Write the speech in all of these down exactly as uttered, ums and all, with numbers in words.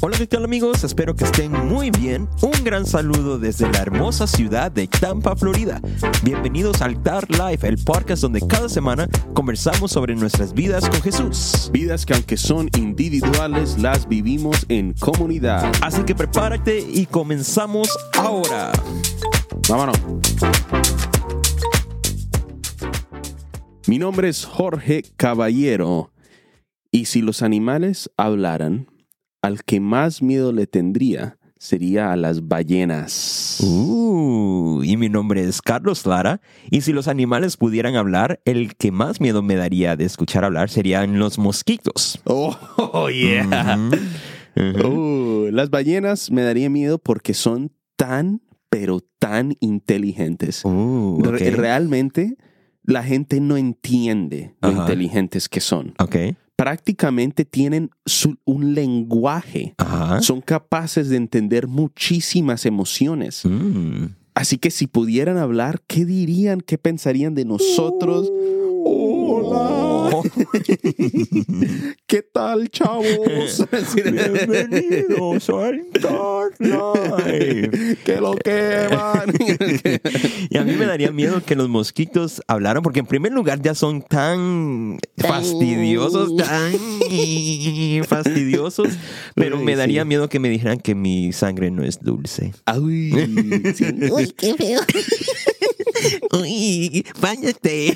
Hola, ¿qué tal amigos? Espero que estén muy bien. Un gran saludo desde la hermosa ciudad de Tampa, Florida. Bienvenidos al Tar Life, el podcast donde cada semana conversamos sobre nuestras vidas con Jesús. Vidas que aunque son individuales, las vivimos en comunidad. Así que prepárate y comenzamos ahora. Vámonos. Mi nombre es Jorge Caballero y si los animales hablaran, al que más miedo le tendría sería a las ballenas. Uh, y mi nombre es Carlos Lara. Y si los animales pudieran hablar, el que más miedo me daría de escuchar hablar serían los mosquitos. Oh, oh yeah. Uh-huh. Uh-huh. Uh, las ballenas me darían miedo porque son tan, pero tan inteligentes. Uh, okay. Re- realmente la gente no entiende lo Ajá. inteligentes que son. Ok. Prácticamente tienen su, un lenguaje. Ajá. Son capaces de entender muchísimas emociones. Mm. Así que si pudieran hablar, ¿qué dirían? ¿Qué pensarían de nosotros? ¡Hola! ¿Qué tal, chavos? Bienvenidos al Dark Life. ¡Que lo queman! Y a mí me daría miedo que los mosquitos hablaran, porque en primer lugar ya son tan fastidiosos, tan fastidiosos, pero me daría sí. miedo que me dijeran que mi sangre no es dulce. Uy, sí. Uy, qué feo. Uy, báñate.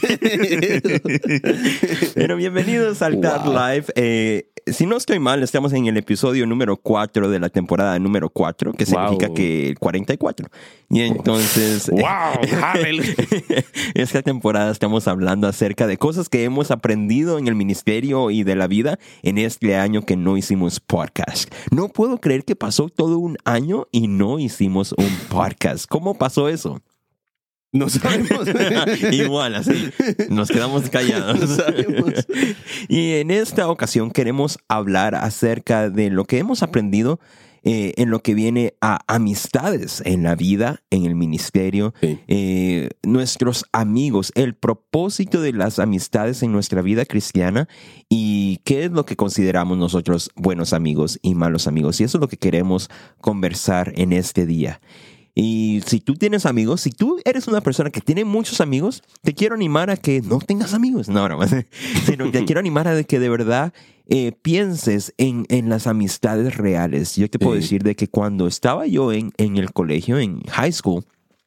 Pero bienvenidos al Tar Wow. Life. Eh, si no estoy mal, estamos en el episodio número cuatro de la temporada número cuatro, que Wow. significa que el cuarenta y cuatro. Y entonces, ¡Wow! ¡Aleluya! esta temporada estamos hablando acerca de cosas que hemos aprendido en el ministerio y de la vida en este año que no hicimos podcast. No puedo creer que pasó todo un año y no hicimos un podcast. ¿Cómo pasó eso? No sabemos. Igual, así, nos quedamos callados. No sabemos. Y en esta ocasión queremos hablar acerca de lo que hemos aprendido eh, en lo que viene a amistades en la vida, en el ministerio, Sí. eh, nuestros amigos, el propósito de las amistades en nuestra vida cristiana y qué es lo que consideramos nosotros buenos amigos y malos amigos. Y eso es lo que queremos conversar en este día. Y si tú tienes amigos, si tú eres una persona que tiene muchos amigos, te quiero animar a que no tengas amigos. No, no, sino te quiero animar a de que de verdad eh, pienses en, en las amistades reales. Yo te puedo Sí. decir de que cuando estaba yo en, en el colegio, en high school,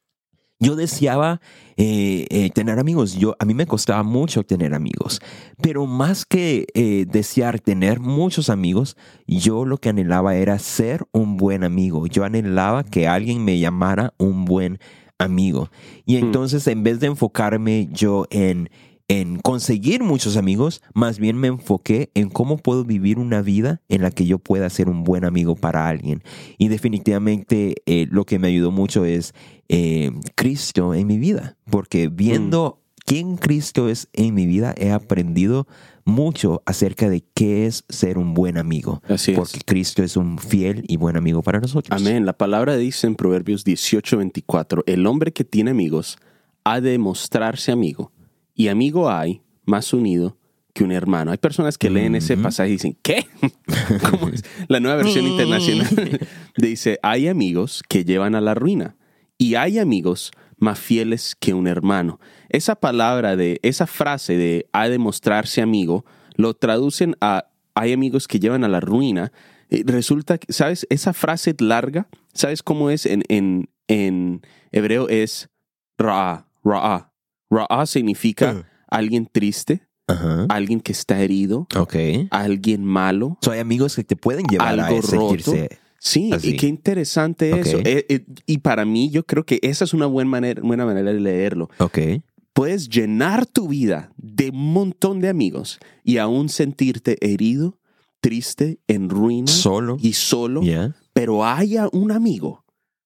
yo deseaba eh, eh, tener amigos. Yo, a mí me costaba mucho tener amigos. Pero más que eh, desear tener muchos amigos, yo lo que anhelaba era ser un buen amigo. Yo anhelaba que alguien me llamara un buen amigo. Y entonces, en vez de enfocarme yo en, en conseguir muchos amigos, más bien me enfoqué en cómo puedo vivir una vida en la que yo pueda ser un buen amigo para alguien. Y definitivamente eh, lo que me ayudó mucho es eh, Cristo en mi vida, porque viendo mm. quién Cristo es en mi vida, he aprendido mucho acerca de qué es ser un buen amigo. Así es. Porque Cristo es un fiel y buen amigo para nosotros. Amén. La palabra dice en Proverbios dieciocho veinticuatro, el hombre que tiene amigos ha de mostrarse amigo, y amigo hay más unido que un hermano. Hay personas que leen ese pasaje y dicen, ¿qué? ¿Cómo es? La nueva versión internacional dice, hay amigos que llevan a la ruina y hay amigos más fieles que un hermano. Esa palabra, de esa frase de ha de mostrarse amigo, lo traducen a hay amigos que llevan a la ruina. Eh, resulta, que, ¿sabes? Esa frase larga, ¿sabes cómo es? En, en, en hebreo es ra'a, ra'a. Ra'a significa uh. alguien triste, uh-huh. alguien que está herido, okay. alguien malo. So, hay amigos que te pueden llevar algo a sentirse roto. Sí, así. Y qué interesante okay. eso. Eh, eh, y para mí, yo creo que esa es una buena manera, buena manera de leerlo. Okay. Puedes llenar tu vida de un montón de amigos y aún sentirte herido, triste, en ruina solo. y solo, yeah. pero haya un amigo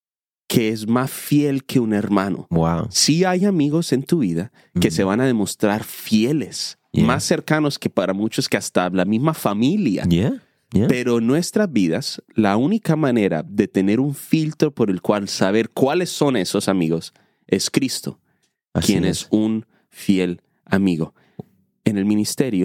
que es más fiel que un hermano. Wow. Sí hay amigos en tu vida que mm. se van a demostrar fieles, yeah. más cercanos que para muchos que hasta la misma familia. Yeah. Yeah. Pero en nuestras vidas, la única manera de tener un filtro por el cual saber cuáles son esos amigos es Cristo, Así quien es. es un fiel amigo. En el ministerio,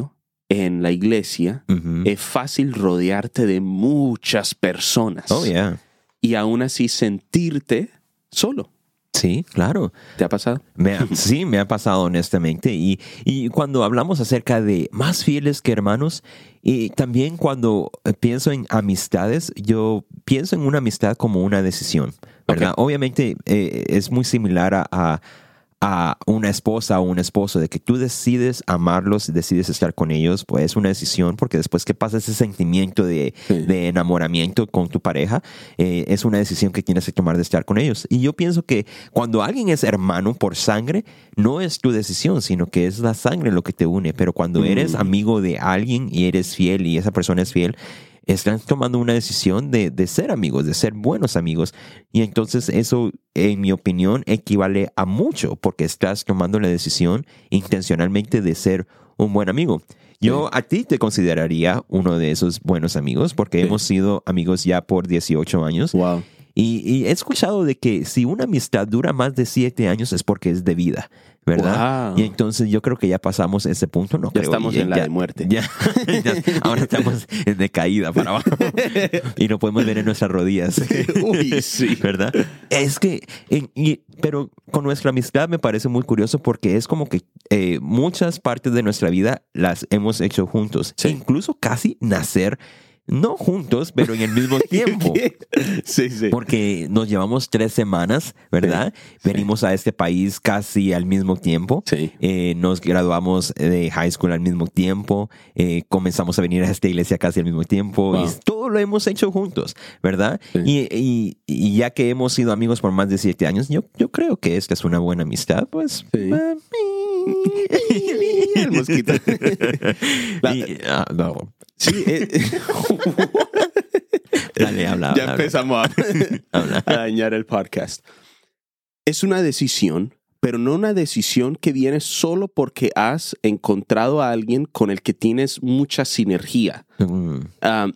en la iglesia, Ujú. es fácil rodearte de muchas personas Oh, yeah. y aún así sentirte solo. Sí, claro. ¿Te ha pasado? Me ha- sí, me ha pasado honestamente. Y, y cuando hablamos acerca de más fieles que hermanos, y también cuando eh, pienso en amistades, yo pienso en una amistad como una decisión, ¿verdad? Ok. Obviamente eh, es muy similar a, a, a una esposa o un esposo, de que tú decides amarlos y decides estar con ellos, pues es una decisión, porque después que pasa ese sentimiento de, Sí. de enamoramiento con tu pareja, eh, es una decisión que tienes que tomar de estar con ellos. Y yo pienso que cuando alguien es hermano por sangre, no es tu decisión, sino que es la sangre lo que te une. Pero cuando eres amigo de alguien y eres fiel y esa persona es fiel, están tomando una decisión de, de ser amigos, de ser buenos amigos. Y entonces eso, en mi opinión, equivale a mucho, porque estás tomando la decisión intencionalmente de ser un buen amigo. Yo a ti te consideraría uno de esos buenos amigos, porque Sí. hemos sido amigos ya por dieciocho años. Wow. Y, y he escuchado de que si una amistad dura más de siete años es porque es de vida, ¿verdad? Wow. Y entonces yo creo que ya pasamos ese punto, ¿no? Ya creo. estamos Y en la ya- de muerte. ya- ya- ahora estamos de caída para abajo y no podemos ver en nuestras rodillas. Uy, sí. ¿Verdad? Es que, en- y- pero con nuestra amistad me parece muy curioso porque es como que eh, muchas partes de nuestra vida las hemos hecho juntos. Sí. Incluso casi nacer, no juntos, pero en el mismo tiempo. Sí, sí. Porque nos llevamos tres semanas, ¿verdad? Sí. Venimos a este país casi al mismo tiempo. Sí. Eh, nos graduamos de high school al mismo tiempo. Eh, comenzamos a venir a esta iglesia casi al mismo tiempo. Wow. Y todo lo hemos hecho juntos, ¿verdad? Sí. Y, y- y ya que hemos sido amigos por más de siete años, yo, yo creo que esta es una buena amistad, pues. Sí. eh, El mosquito. La- y- ah, no. Sí. eh, Dale, habla. ya habla, empezamos a, habla. a dañar el podcast. Es una decisión, pero no una decisión que viene solo porque has encontrado a alguien con el que tienes mucha sinergia. Mm, Um,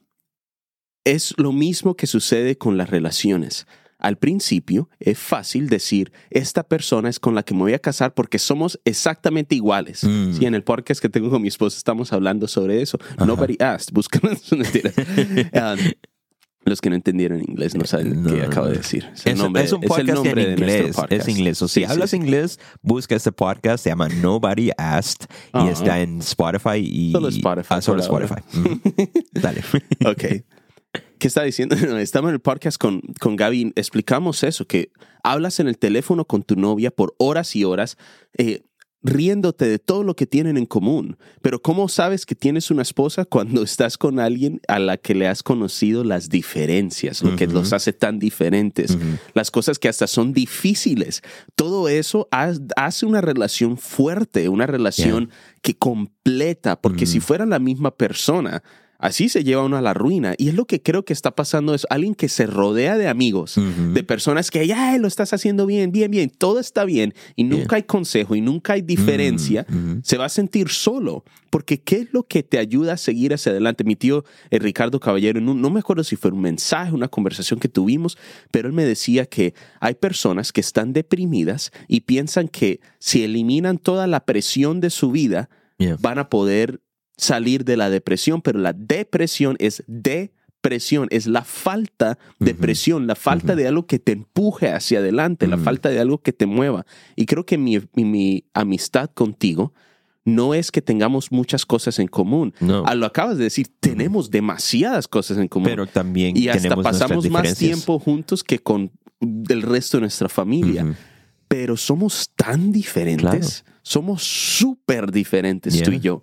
es lo mismo que sucede con las relaciones. Al principio es fácil decir, esta persona es con la que me voy a casar porque somos exactamente iguales. Mm. Sí, en el podcast que tengo con mi esposa estamos hablando sobre eso. Nobody asked. Buscan es mentira. Um, los que no entendieron inglés no saben No, qué no, acabo de no. decir. Es, Es, el nombre, es un es el podcast nombre en de nuestro inglés. podcast. Es inglés. O si Sí, hablas sí. inglés, busca este podcast. Se llama Nobody Asked y Ajá. está en Spotify. Y, Solo Spotify Ah, solo por ahora. Spotify. Ujú. Dale. Ok. ¿Qué está diciendo? No, estamos en el podcast con, con Gaby. Explicamos eso, que hablas en el teléfono con tu novia por horas y horas, eh, riéndote de todo lo que tienen en común. Pero ¿cómo sabes que tienes una esposa cuando estás con alguien a la que le has conocido las diferencias, lo que Ujú. los hace tan diferentes, Ujú. las cosas que hasta son difíciles? Todo eso haz- hace una relación fuerte, una relación que completa, porque Ujú. si fuera la misma persona, así se lleva uno a la ruina. Y es lo que creo que está pasando, es alguien que se rodea de amigos, Ujú. de personas que ya lo estás haciendo bien, bien, bien, todo está bien y nunca Bien. hay consejo y nunca hay diferencia, Ujú. se va a sentir solo. Porque ¿qué es lo que te ayuda a seguir hacia adelante? Mi tío eh, Ricardo Caballero, en un- no me acuerdo si fue un mensaje, una conversación que tuvimos, pero él me decía que hay personas que están deprimidas y piensan que si eliminan toda la presión de su vida, Yeah. van a poder salir de la depresión, pero la depresión es depresión, es la falta de Ujú. presión, la falta Ujú. de algo que te empuje hacia adelante, la Ujú. falta de algo que te mueva. Y creo que mi, mi, mi amistad contigo no es que tengamos muchas cosas en común. No. Ah, lo acabas de decir, tenemos demasiadas cosas en común. Pero también y hasta tenemos nuestras pasamos más diferencias. tiempo juntos que con el resto de nuestra familia. Ujú. Pero somos tan diferentes, somos súper diferentes Yeah. tú y yo.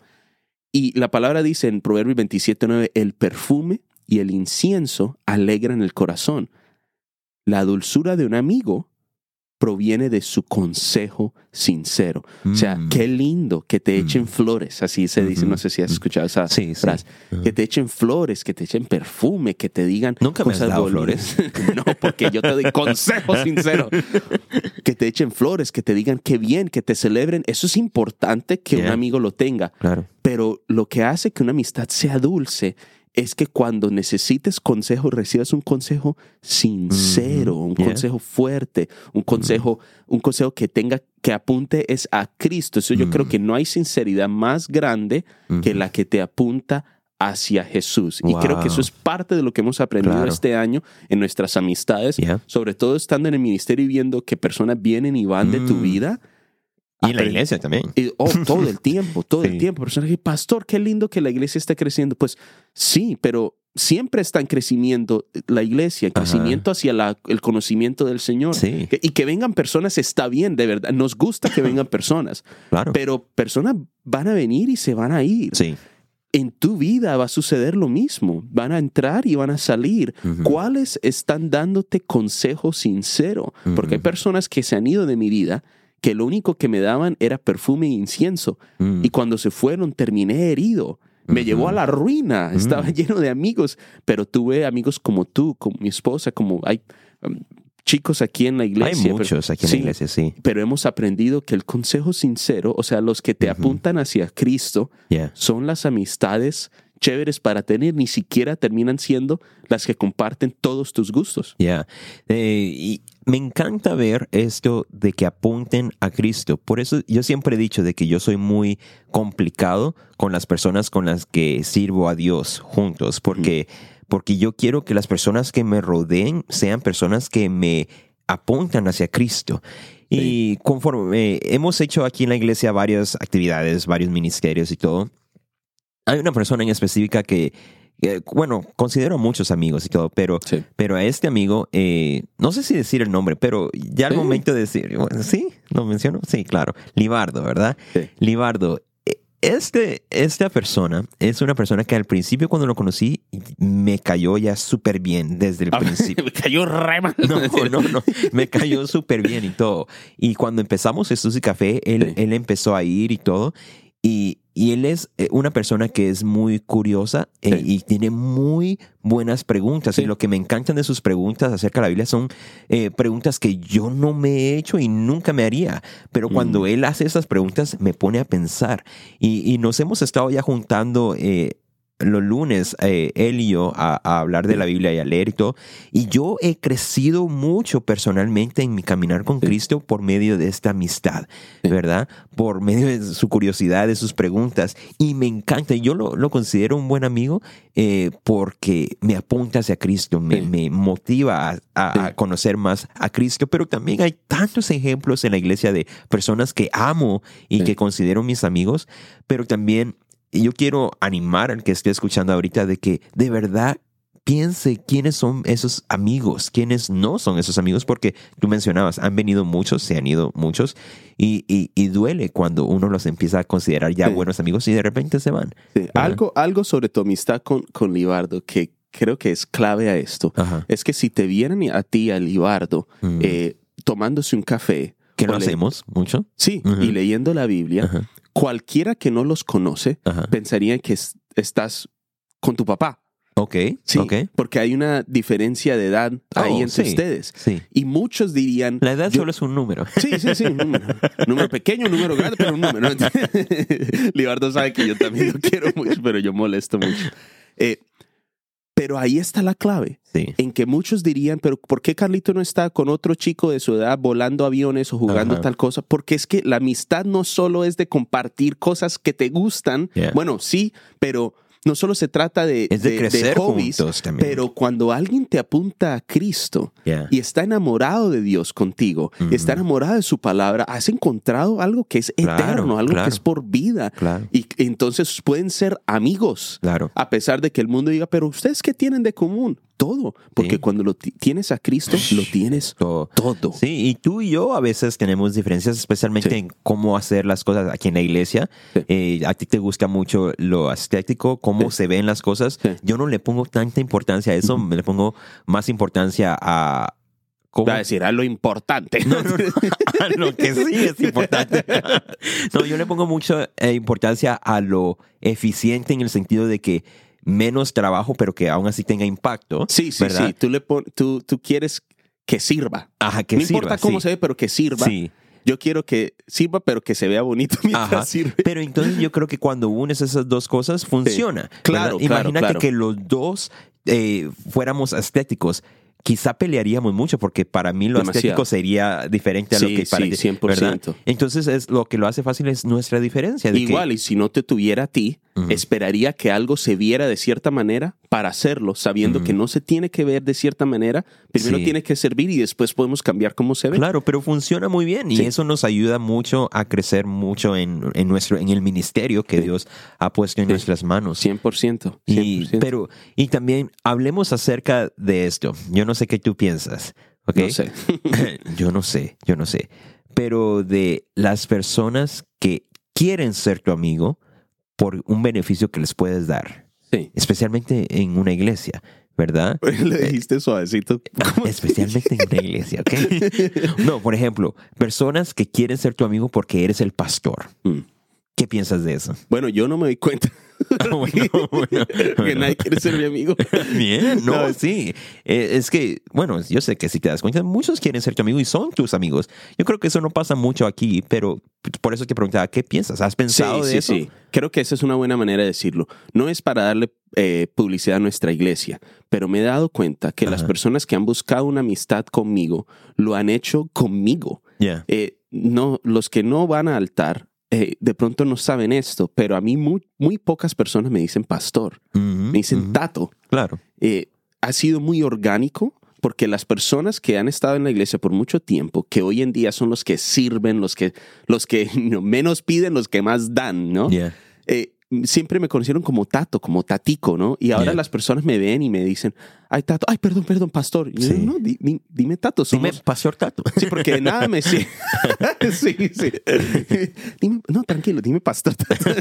Y la palabra dice en Proverbios veintisiete nueve, el perfume y el incienso alegran el corazón. La dulzura de un amigo proviene de su consejo sincero. O sea, Mm. qué lindo que te echen Mm. flores, así se dice, Ujú. no sé si has escuchado esa Sí, sí. frase. Ujú. Que te echen flores, que te echen perfume, que te digan Nunca me has cosas dado bonitas. No, porque yo te doy consejo sincero. Que te echen flores, que te digan qué bien, que te celebren. Eso es importante que un Yeah. amigo lo tenga. Claro. Pero lo que hace que una amistad sea dulce es que cuando necesites consejo, recibas un consejo sincero, Mhm. un Yeah. consejo fuerte, un consejo, un consejo que tenga que apunte es a Cristo. Eso yo Mm. creo que no hay sinceridad más grande Ujú. que la que te apunta hacia Jesús. Y Wow. creo que eso es parte de lo que hemos aprendido Claro. este año en nuestras amistades, Yeah. sobre todo estando en el ministerio y viendo que personas vienen y van de tu Mm. vida. Y en la Aprend- iglesia también. Y, oh, todo el tiempo, todo Sí. el tiempo. Personas que, pastor, qué lindo que la iglesia esté creciendo. Pues sí, pero siempre está en crecimiento la iglesia, en Ajá. crecimiento hacia la- el conocimiento del Señor. Sí, Que- y que vengan personas está bien, de verdad. Nos gusta que vengan personas, claro. pero personas van a venir y se van a ir. Sí. En tu vida va a suceder lo mismo. Van a entrar y van a salir. Ujú. ¿Cuáles están dándote consejo sincero? Porque hay Ujú. personas que se han ido de mi vida que lo único que me daban era perfume e incienso. Mm. Y cuando se fueron terminé herido. Me Ujú. llevó a la ruina. Estaba Mm. lleno de amigos, pero tuve amigos como tú, como mi esposa, como hay um, chicos aquí en la Hay iglesia. pero- muchos aquí en sí, la iglesia, sí. pero hemos aprendido que el consejo sincero, o sea, los que te Ujú. apuntan hacia Cristo, Yeah. son las amistades chéveres para tener, ni siquiera terminan siendo las que comparten todos tus gustos. Ya. Eh, y me encanta ver esto de que apunten a Cristo. Por eso yo siempre he dicho de que yo soy muy complicado con las personas con las que sirvo a Dios juntos, porque, porque yo quiero que las personas que me rodeen sean personas que me apuntan hacia Cristo. Y conforme eh, hemos hecho aquí en la iglesia varias actividades, varios ministerios y todo, hay una persona en específica que, eh, bueno, considero a muchos amigos y todo, pero, Sí. pero a este amigo, eh, no sé si decir el nombre, pero ya al Sí. momento de decir, bueno, ¿sí? ¿Lo menciono? Sí, claro. Libardo, ¿verdad? Sí. Libardo. eh, Este, esta persona es una persona que al principio cuando lo conocí me cayó ya súper bien desde el principio. Me cayó re mal. No, no, no. Me cayó súper bien y todo. Y cuando empezamos Jesús y Café, él, Sí. él empezó a ir y todo. Y, y él es eh, una persona que es muy curiosa eh, Sí. y tiene muy buenas preguntas. Sí. Y lo que me encantan de sus preguntas acerca de la Biblia son eh, preguntas que yo no me he hecho y nunca me haría. Pero cuando Mm. él hace esas preguntas, me pone a pensar. Y, y nos hemos estado ya juntando eh, los lunes, eh, él y yo, a, a hablar de la Biblia y a leer y todo. Y yo he crecido mucho personalmente en mi caminar con Sí. Cristo por medio de esta amistad, Sí. ¿verdad? Por medio de su curiosidad, de sus preguntas. Y me encanta. Y yo lo, lo considero un buen amigo eh, porque me apunta hacia Cristo, me, Sí. me motiva a, a- Sí. a conocer más a Cristo. Pero también hay tantos ejemplos en la iglesia de personas que amo y Sí. que considero mis amigos, pero también y yo quiero animar al que esté escuchando ahorita de que de verdad piense quiénes son esos amigos, quiénes no son esos amigos, porque tú mencionabas, han venido muchos, se han ido muchos, y, y, y duele cuando uno los empieza a considerar ya Sí. buenos amigos y de repente se van. Sí. Algo, algo sobre tu amistad con, con Libardo que creo que es clave a esto, Ajá. es que si te vieran a ti, a Libardo, Mm. eh, tomándose un café, que no o le- hacemos mucho. sí, Ujú. y leyendo la Biblia, Ajá. cualquiera que no los conoce Ajá. pensaría que es- estás con tu papá. Ok, Sí, ok. porque hay una diferencia de edad ahí Oh, entre sí. ustedes. Sí. Y muchos dirían... La edad yo- solo es un número. Sí, sí, sí, un número. Número pequeño, un número grande, pero un número. Libardo sabe que yo también lo quiero mucho, pero yo molesto mucho. Eh, pero ahí está la clave, Sí. en que muchos dirían, pero ¿por qué Carlito no está con otro chico de su edad volando aviones o jugando Ajá. tal cosa? Porque es que la amistad no solo es de compartir cosas que te gustan, Yeah. bueno, sí, pero no solo se trata de, Es de crecer hobbies, juntos también. pero cuando alguien te apunta a Cristo, Yeah. y está enamorado de Dios contigo, Ujú. está enamorado de su palabra, has encontrado algo que es Claro, eterno, algo claro. que es por vida. Claro. Y entonces pueden ser amigos, Claro. a pesar de que el mundo diga, pero ¿ustedes qué tienen de común? Todo. Porque Sí. cuando lo ti- tienes a Cristo, lo tienes Todo. todo. Sí, y tú y yo a veces tenemos diferencias, especialmente Sí. en cómo hacer las cosas aquí en la iglesia. Sí. Eh, a ti te gusta mucho lo estético, cómo Sí. se ven las cosas. Sí. Yo no le pongo tanta importancia a eso, me le pongo más importancia a cómo... Va a decir, a lo importante. No, no, no, a lo que sí es importante. No, yo le pongo mucha eh, importancia a lo eficiente en el sentido de que menos trabajo, pero que aún así tenga impacto. Sí, sí, ¿verdad? sí. Tú, le pon- tú, tú quieres que sirva. Ajá, que no sirva, importa cómo sí. se ve, pero que sirva. Sí. Yo quiero que sirva, pero que se vea bonito mientras Ajá. sirve. Pero entonces yo creo que cuando unes esas dos cosas funciona. Claro, ¿verdad? claro, Imagínate claro. que los dos eh, fuéramos estéticos. quizá pelearíamos mucho porque para mí lo Demasiado. estético sería diferente a Sí, lo que para sí, ti, cien por ciento. ¿verdad? Entonces es, lo que lo hace fácil es nuestra diferencia. De Igual, que, y si no te tuviera a ti, Ujú. esperaría que algo se viera de cierta manera para hacerlo, sabiendo Ujú. que no se tiene que ver de cierta manera. Primero Sí. tiene que servir y después podemos cambiar cómo se ve. Claro, pero funciona muy bien y Sí. eso nos ayuda mucho a crecer mucho en, en, nuestro, en el ministerio que Sí. Dios ha puesto en Sí. nuestras manos. cien por ciento. Y, cien por ciento. pero, y también hablemos acerca de esto. Yo no sé qué tú piensas, ¿ok? No sé. Yo no sé, yo no sé. Pero de las personas que quieren ser tu amigo por un beneficio que les puedes dar, Sí. especialmente en una iglesia, ¿verdad? Le dijiste suavecito. ¿Cómo? Especialmente en una iglesia, ¿ok? No, por ejemplo, personas que quieren ser tu amigo porque eres el pastor. Mm. ¿Qué piensas de eso? Bueno, yo no me doy cuenta. Bueno, bueno, que bueno. nadie quiere ser mi amigo. Bien, no, No. sí. Eh, es que, bueno, yo sé que si te das cuenta, muchos quieren ser tu amigo y son tus amigos. Yo creo que eso no pasa mucho aquí, pero por eso te preguntaba, ¿qué piensas? ¿Has pensado sí, de sí, eso? sí. Creo que esa es una buena manera de decirlo. No es para darle eh, publicidad a nuestra iglesia, pero me he dado cuenta que Ajá. las personas que han buscado una amistad conmigo lo han hecho conmigo. Ya. Eh, no, los que no van a altar, eh, de pronto no saben esto, pero a mí muy, muy pocas personas me dicen pastor, Ujú, me dicen ujú. tato. Claro. Eh, ha sido muy orgánico porque las personas que han estado en la iglesia por mucho tiempo, que hoy en día son los que sirven, los que, los que no, menos piden, los que más dan, ¿no? Ya. Eh, siempre me conocieron como Tato, como Tatico, ¿no? Y ahora Yeah. las personas me ven y me dicen, ay, Tato, ay, perdón, perdón, pastor. Y yo, Sí. no, di- di- dime Tato. Dime, Somos... pastor Tato. Sí, porque de nada me... Sí, sí. sí. Dime, no, tranquilo, dime pastor Tato.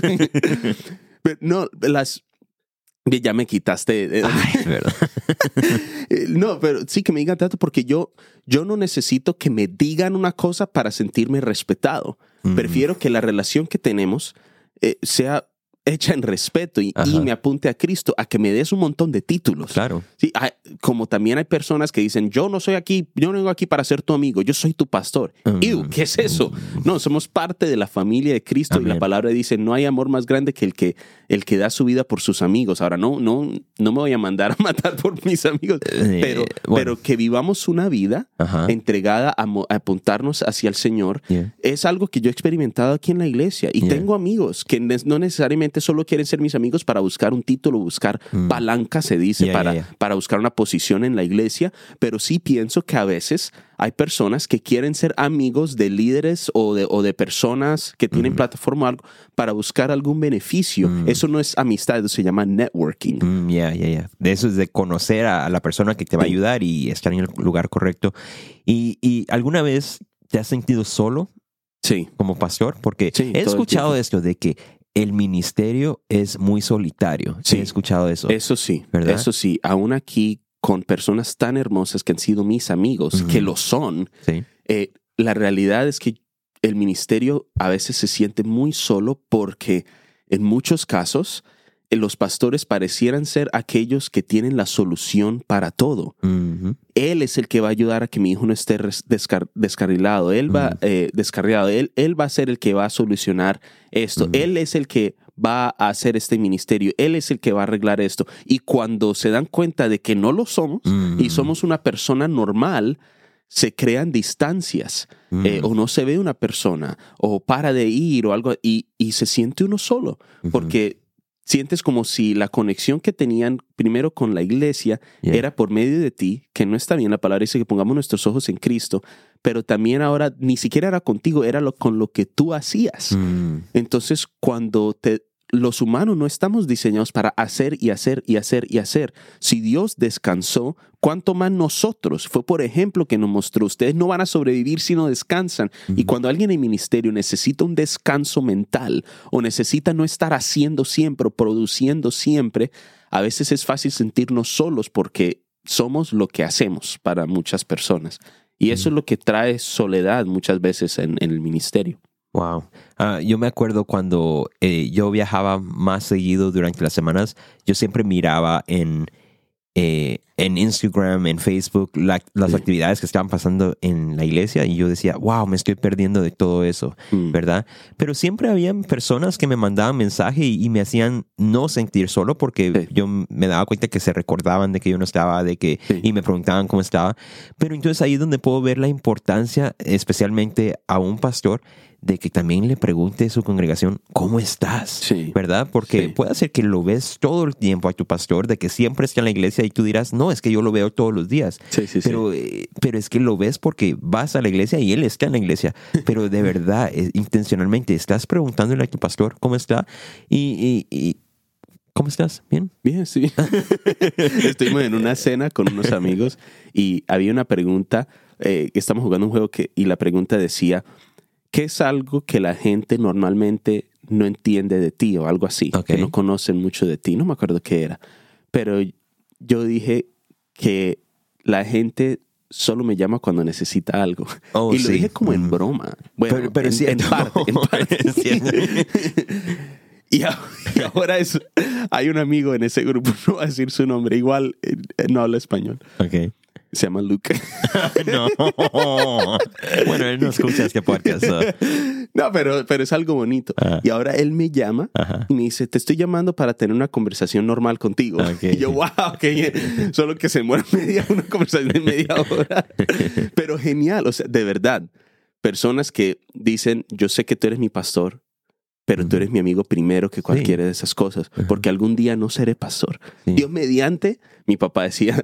Pero no, las... Ya me quitaste. eh, Ay, es verdad. Eh, No, pero sí que me digan Tato porque yo, yo no necesito que me digan una cosa para sentirme respetado. Mm. Prefiero que la relación que tenemos eh, sea hecha en respeto y, Ajá. y me apunte a Cristo, a que me des un montón de títulos. Claro. Sí, hay- como también hay personas que dicen, yo no soy aquí, yo no vengo aquí para ser tu amigo, yo soy tu pastor. Mm. Ew, ¿qué es eso? No, somos parte de la familia de Cristo y Amén. la palabra dice, no hay amor más grande que el que, el que da su vida por sus amigos. Ahora, no, no, no me voy a mandar a matar por mis amigos, Eh, pero, bueno. pero que vivamos una vida Ajá. entregada a, mo- a apuntarnos hacia el Señor. Yeah. Es algo que yo he experimentado aquí en la iglesia y Yeah. tengo amigos que ne- no necesariamente solo quieren ser mis amigos para buscar un título, buscar Mm. palanca, se dice, Yeah, para, yeah, yeah. para buscar una posición en la iglesia, pero sí pienso que a veces hay personas que quieren ser amigos de líderes o de, o de personas que tienen Mm. plataforma o algo para buscar algún beneficio. Mm. Eso no es amistad, eso se llama networking. Mm, Ya, ya, ya. De eso es de conocer a, a la persona que te va a Sí. ayudar y estar en el lugar correcto. Y, y ¿alguna vez te has sentido solo Sí. como pastor? Porque Sí, he todo el escuchado tiempo. esto de que el ministerio es muy solitario. Sí. He escuchado eso. Eso sí, ¿Verdad? eso sí. Aún aquí con personas tan hermosas que han sido mis amigos, Ujú. que lo son, Sí. eh, la realidad es que el ministerio a veces se siente muy solo porque en muchos casos eh, los pastores parecieran ser aquellos que tienen la solución para todo. Ujú. Él es el que va a ayudar a que mi hijo no esté res- descar- descarrilado. Él va, Mm. eh, descarriado. Él, él va a ser el que va a solucionar esto. Mm. Él es el que va a hacer este ministerio. Él es el que va a arreglar esto. Y cuando se dan cuenta de que no lo somos Mm. y somos una persona normal, se crean distancias. Mm. eh, o no se ve una persona o para de ir o algo y, y se siente uno solo. Ujú. Porque sientes como si la conexión que tenían primero con la iglesia Yeah. era por medio de ti, que no está bien, la palabra dice que pongamos nuestros ojos en Cristo, pero también ahora ni siquiera era contigo, era lo, con lo que tú hacías. Mm. Entonces, cuando te, los humanos no estamos diseñados para hacer y hacer y hacer y hacer. Si Dios descansó, ¿cuánto más nosotros? Fue por ejemplo que nos mostró, ustedes no van a sobrevivir si no descansan. Ujú. Y cuando alguien en ministerio necesita un descanso mental o necesita no estar haciendo siempre o produciendo siempre, a veces es fácil sentirnos solos porque somos lo que hacemos para muchas personas. Y eso es lo que trae soledad muchas veces en, en el ministerio. Wow. Ah, yo me acuerdo cuando eh, yo viajaba más seguido durante las semanas, yo siempre miraba en, eh, en Instagram, en Facebook, la, las sí. actividades que estaban pasando en la iglesia y yo decía, wow, me estoy perdiendo de todo eso, mm. ¿verdad? Pero siempre habían personas que me mandaban mensaje y, y me hacían no sentir solo porque sí. yo me daba cuenta que se recordaban de que yo no estaba, de que sí. y me preguntaban cómo estaba. Pero entonces ahí es donde puedo ver la importancia, especialmente a un pastor, de que también le pregunte a su congregación, ¿cómo estás? Sí. ¿Verdad? Porque sí. puede ser que lo ves todo el tiempo a tu pastor, de que siempre está en la iglesia y tú dirás, no, es que yo lo veo todos los días. Sí, sí, pero, sí. Eh, pero es que lo ves porque vas a la iglesia y él está en la iglesia. Pero de verdad, eh, intencionalmente, estás preguntándole a tu pastor cómo está y... y, y ¿cómo estás? ¿Bien? Bien, sí. Estuvimos en una cena con unos amigos y había una pregunta, eh, estamos jugando un juego que, y la pregunta decía, ¿qué es algo que la gente normalmente no entiende de ti o algo así? Okay. Que no conocen mucho de ti. No me acuerdo qué era. Pero yo dije que la gente solo me llama cuando necesita algo. Oh, y lo sí. dije como en mm. broma. Bueno, pero, pero en, sí, en parte. En parte. y, ahora es, hay un amigo en ese grupo, no voy a decir su nombre, igual eh, no habla español. Okay. Se llama Luke. No. Bueno, él no escucha este podcast. So. No, pero, pero es algo bonito. Uh-huh. Y ahora él me llama uh-huh. y me dice, te estoy llamando para tener una conversación normal contigo. Okay. Y yo, wow, qué bien. Solo que se muera media, una conversación de media hora. Pero genial, o sea, de verdad. Personas que dicen, yo sé que tú eres mi pastor, pero uh-huh. tú eres mi amigo primero que cualquiera sí. de esas cosas. Uh-huh. Porque algún día no seré pastor. Sí. Dios mediante, mi papá decía...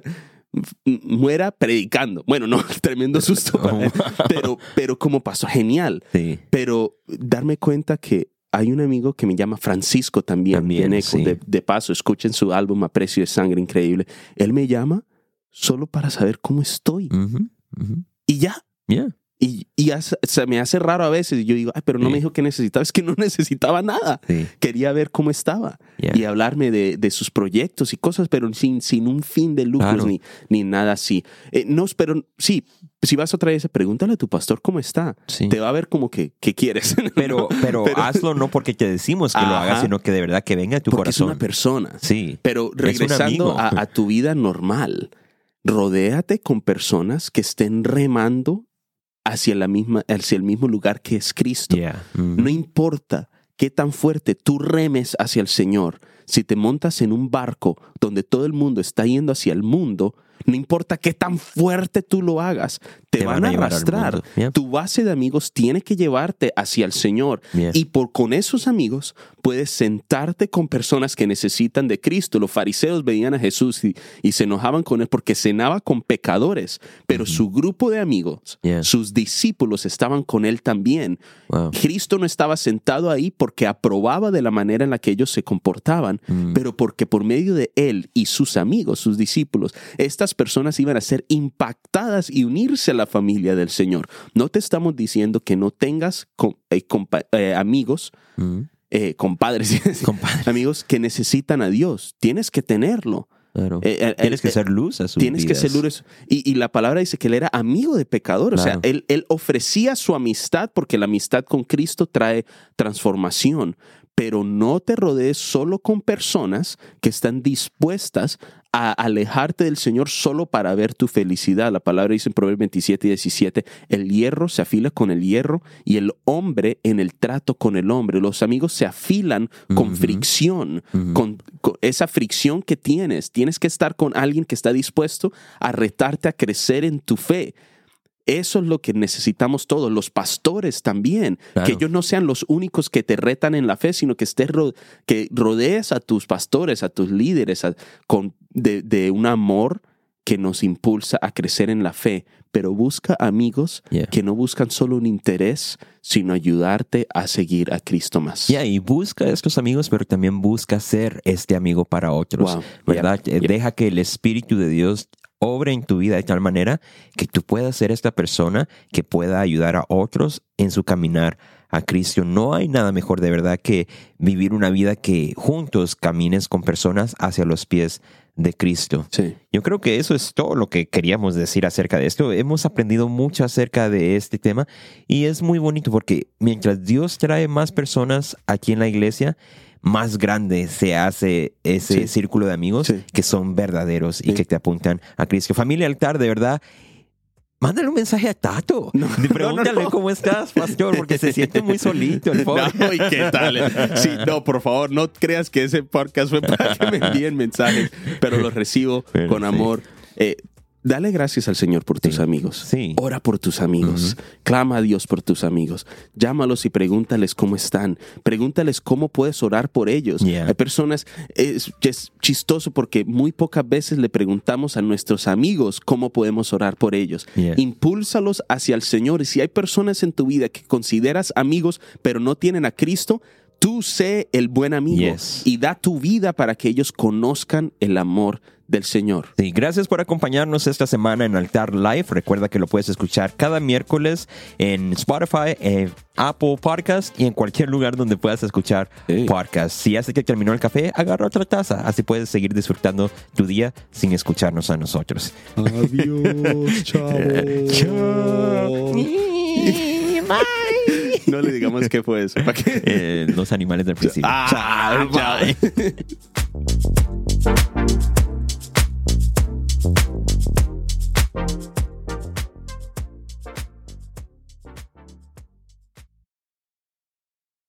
muera predicando. Bueno, no, tremendo susto. Para él, pero, pero como pastor, genial. Sí. Pero darme cuenta que hay un amigo que me llama Francisco también. También, viene sí. de, de paso, escuchen su álbum Aprecio de Sangre, increíble. Él me llama solo para saber cómo estoy. Uh-huh, uh-huh. Y ya. Yeah. Y, y hace, se me hace raro a veces. Y yo digo, ay, pero no sí. me dijo que necesitaba. Es que no necesitaba nada. Sí. Quería ver cómo estaba. Yeah. Y hablarme de, de sus proyectos y cosas, pero sin, sin un fin de lucros claro. ni, ni nada así. Eh, no, pero sí, si vas otra vez, pregúntale a tu pastor cómo está. Sí. Te va a ver como que, ¿qué quieres? Pero, pero, pero hazlo no porque te decimos que ajá. lo hagas, sino que de verdad que venga a tu porque corazón. es una persona. Sí. Pero regresando a, a tu vida normal, rodéate con personas que estén remando hacia, la misma, hacia el mismo lugar que es Cristo. Yeah. Mm-hmm. No importa qué tan fuerte tú remes hacia el Señor, si te montas en un barco donde todo el mundo está yendo hacia el mundo, no importa qué tan fuerte tú lo hagas, te, te van, van a arrastrar. Yeah. Tu base de amigos tiene que llevarte hacia el Señor. Yeah. Y por, con esos amigos puedes sentarte con personas que necesitan de Cristo. Los fariseos veían a Jesús y, y se enojaban con él porque cenaba con pecadores. Pero mm-hmm. su grupo de amigos, yeah. sus discípulos estaban con él también. Wow. Cristo no estaba sentado ahí porque aprobaba de la manera en la que ellos se comportaban, mm. pero porque por medio de él y sus amigos, sus discípulos, estas personas iban a ser impactadas y unirse a la familia del Señor. No te estamos diciendo que no tengas com- eh, compa- eh, amigos, mm. eh, compadres, compadres, amigos que necesitan a Dios. Tienes que tenerlo. Claro. Eh, eh, tienes que eh, ser luz a sus Tienes vidas. que ser luz. Y, y la palabra dice que él era amigo de pecadores. Claro. O sea, él, él ofrecía su amistad porque la amistad con Cristo trae transformación. Pero no te rodees solo con personas que están dispuestas a alejarte del Señor solo para ver tu felicidad. La palabra dice en Proverbios veintisiete y diecisiete, el hierro se afila con el hierro y el hombre en el trato con el hombre. Los amigos se afilan con uh-huh. fricción, uh-huh. con, con esa fricción que tienes. Tienes que estar con alguien que está dispuesto a retarte a crecer en tu fe. Eso es lo que necesitamos todos, los pastores también, claro. que ellos no sean los únicos que te retan en la fe, sino que estés ro- que rodees a tus pastores, a tus líderes, a, con, de, de un amor que nos impulsa a crecer en la fe. Pero busca amigos yeah. que no buscan solo un interés, sino ayudarte a seguir a Cristo más. Yeah, y busca a estos amigos, pero también busca ser este amigo para otros, wow. ¿verdad? Yeah. Yeah. Deja que el Espíritu de Dios obra en tu vida de tal manera que tú puedas ser esta persona que pueda ayudar a otros en su caminar a Cristo. No hay nada mejor de verdad que vivir una vida que juntos camines con personas hacia los pies de Cristo. Sí. Yo creo que eso es todo lo que queríamos decir acerca de esto. Hemos aprendido mucho acerca de este tema y es muy bonito porque mientras Dios trae más personas aquí en la iglesia, más grande se hace ese Sí. círculo de amigos Sí. que son verdaderos y Sí. que te apuntan a Cristo. Familia Altar, de verdad, mándale un mensaje a Tato. No, Pregúntale no, no. cómo estás, pastor, porque se siente muy solito el pobre. No, ¿y qué tal? Sí, no, por favor, no creas que ese podcast fue para que me envíen mensajes, pero los recibo Pero con sí. amor. Eh, dale gracias al Señor por tus Sí. amigos. Sí. Ora por tus amigos. Clama a Dios por tus amigos. Llámalos y pregúntales cómo están. Pregúntales cómo puedes orar por ellos. Yeah. Hay personas, es, es chistoso porque muy pocas veces le preguntamos a nuestros amigos cómo podemos orar por ellos. Yeah. Impúlsalos hacia el Señor. Y si hay personas en tu vida que consideras amigos pero no tienen a Cristo, tú sé el buen amigo Yes. y da tu vida para que ellos conozcan el amor del Señor. Sí, gracias por acompañarnos esta semana en Altar Live. Recuerda que lo puedes escuchar cada miércoles en Spotify, en Apple Podcast y en cualquier lugar donde puedas escuchar Sí. podcasts. Si hace que terminó el café, agarra otra taza. Así puedes seguir disfrutando tu día sin escucharnos a nosotros. Adiós, Chao. No le digamos qué fue eso. ¿Para qué? Eh, los animales del principio. Ah, Chao. chao.